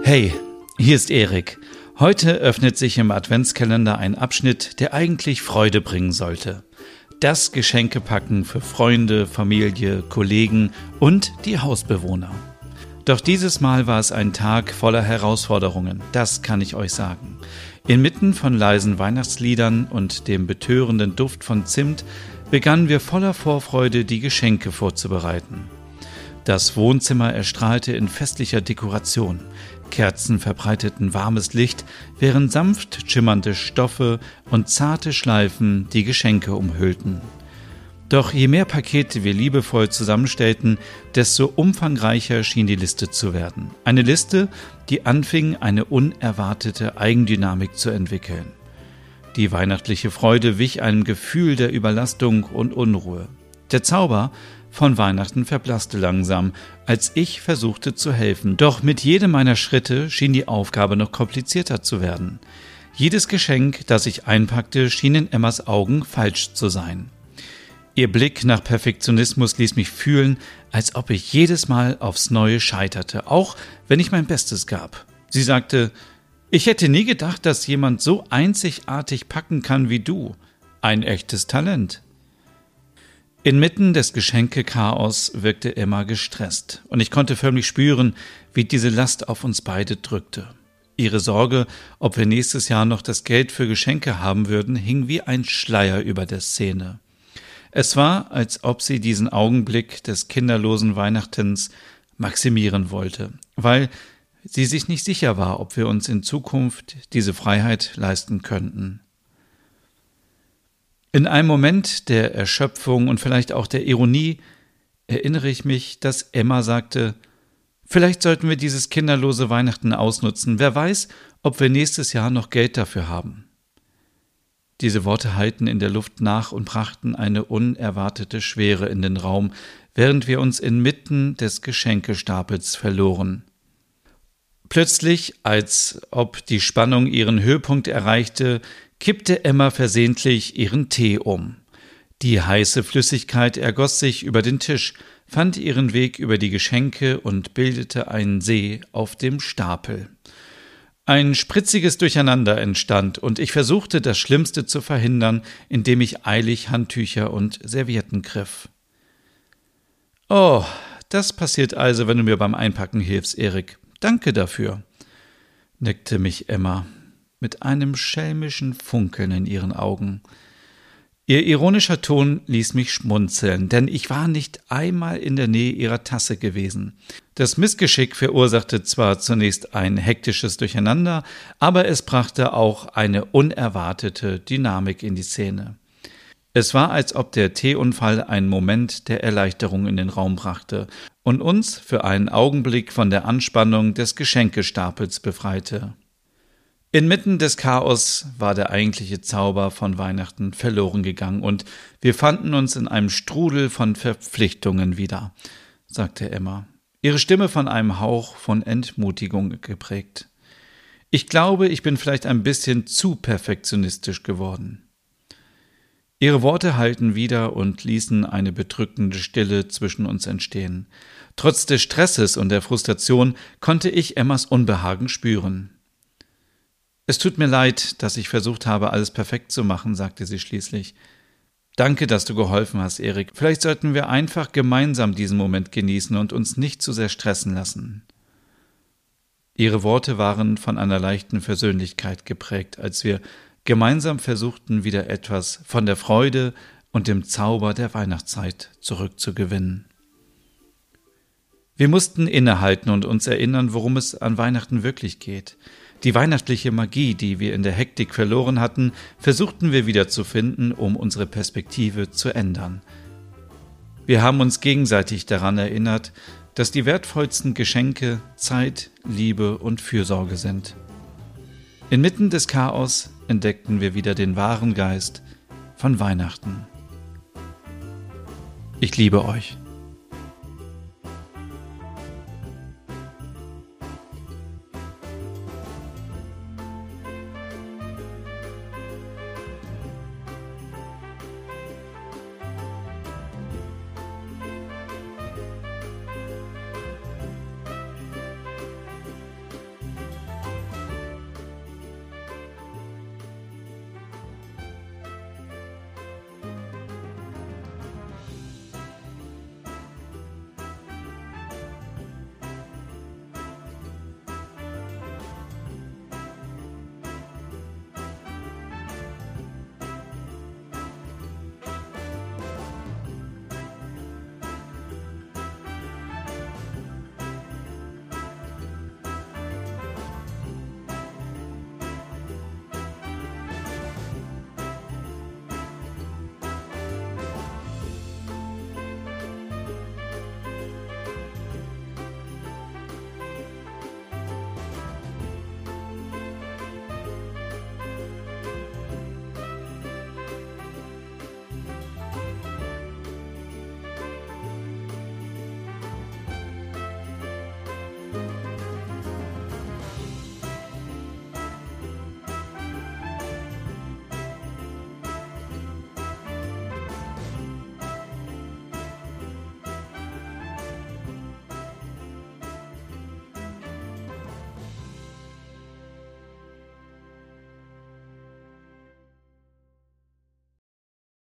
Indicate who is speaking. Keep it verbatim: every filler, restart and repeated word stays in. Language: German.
Speaker 1: Hey, hier ist Erik. Heute öffnet sich im Adventskalender ein Abschnitt, der eigentlich Freude bringen sollte. Das Geschenkepacken für Freunde, Familie, Kollegen und die Hausbewohner. Doch dieses Mal war es ein Tag voller Herausforderungen, das kann ich euch sagen. Inmitten von leisen Weihnachtsliedern und dem betörenden Duft von Zimt begannen wir voller Vorfreude, die Geschenke vorzubereiten. Das Wohnzimmer erstrahlte in festlicher Dekoration. Kerzen verbreiteten warmes Licht, während sanft schimmernde Stoffe und zarte Schleifen die Geschenke umhüllten. Doch je mehr Pakete wir liebevoll zusammenstellten, desto umfangreicher schien die Liste zu werden. Eine Liste, die anfing, eine unerwartete Eigendynamik zu entwickeln. Die weihnachtliche Freude wich einem Gefühl der Überlastung und Unruhe. Der Zauber von Weihnachten verblasste langsam, als ich versuchte zu helfen. Doch mit jedem meiner Schritte schien die Aufgabe noch komplizierter zu werden. Jedes Geschenk, das ich einpackte, schien in Emmas Augen falsch zu sein. Ihr Blick nach Perfektionismus ließ mich fühlen, als ob ich jedes Mal aufs Neue scheiterte, auch wenn ich mein Bestes gab. Sie sagte: Ich hätte nie gedacht, dass jemand so einzigartig packen kann wie du. Ein echtes Talent. Inmitten des Geschenkechaos wirkte Emma gestresst und ich konnte förmlich spüren, wie diese Last auf uns beide drückte. Ihre Sorge, ob wir nächstes Jahr noch das Geld für Geschenke haben würden, hing wie ein Schleier über der Szene. Es war, als ob sie diesen Augenblick des kinderlosen Weihnachtens maximieren wollte, weil sie sich nicht sicher war, ob wir uns in Zukunft diese Freiheit leisten könnten. In einem Moment der Erschöpfung und vielleicht auch der Ironie erinnere ich mich, dass Emma sagte: Vielleicht sollten wir dieses kinderlose Weihnachten ausnutzen. Wer weiß, ob wir nächstes Jahr noch Geld dafür haben. Diese Worte hallten in der Luft nach und brachten eine unerwartete Schwere in den Raum, während wir uns inmitten des Geschenkestapels verloren. Plötzlich, als ob die Spannung ihren Höhepunkt erreichte, kippte Emma versehentlich ihren Tee um. Die heiße Flüssigkeit ergoss sich über den Tisch, fand ihren Weg über die Geschenke und bildete einen See auf dem Stapel. Ein spritziges Durcheinander entstand und ich versuchte, das Schlimmste zu verhindern, indem ich eilig Handtücher und Servietten griff. »Oh, das passiert also, wenn du mir beim Einpacken hilfst, Erik. Danke dafür«, neckte mich Emma mit einem schelmischen Funkeln in ihren Augen. Ihr ironischer Ton ließ mich schmunzeln, denn ich war nicht einmal in der Nähe ihrer Tasse gewesen. Das Missgeschick verursachte zwar zunächst ein hektisches Durcheinander, aber es brachte auch eine unerwartete Dynamik in die Szene. Es war, als ob der Teeunfall einen Moment der Erleichterung in den Raum brachte und uns für einen Augenblick von der Anspannung des Geschenkestapels befreite. Inmitten des Chaos war der eigentliche Zauber von Weihnachten verloren gegangen und wir fanden uns in einem Strudel von Verpflichtungen wieder, sagte Emma, ihre Stimme von einem Hauch von Entmutigung geprägt. Ich glaube, ich bin vielleicht ein bisschen zu perfektionistisch geworden. Ihre Worte hallten wieder und ließen eine bedrückende Stille zwischen uns entstehen. Trotz des Stresses und der Frustration konnte ich Emmas Unbehagen spüren. »Es tut mir leid, dass ich versucht habe, alles perfekt zu machen«, sagte sie schließlich. »Danke, dass du geholfen hast, Erik. Vielleicht sollten wir einfach gemeinsam diesen Moment genießen und uns nicht zu sehr stressen lassen.« Ihre Worte waren von einer leichten Versöhnlichkeit geprägt, als wir gemeinsam versuchten, wieder etwas von der Freude und dem Zauber der Weihnachtszeit zurückzugewinnen. Wir mussten innehalten und uns erinnern, worum es an Weihnachten wirklich geht. Die weihnachtliche Magie, die wir in der Hektik verloren hatten, versuchten wir wieder zu finden, um unsere Perspektive zu ändern. Wir haben uns gegenseitig daran erinnert, dass die wertvollsten Geschenke Zeit, Liebe und Fürsorge sind. Inmitten des Chaos entdeckten wir wieder den wahren Geist von Weihnachten. Ich liebe euch.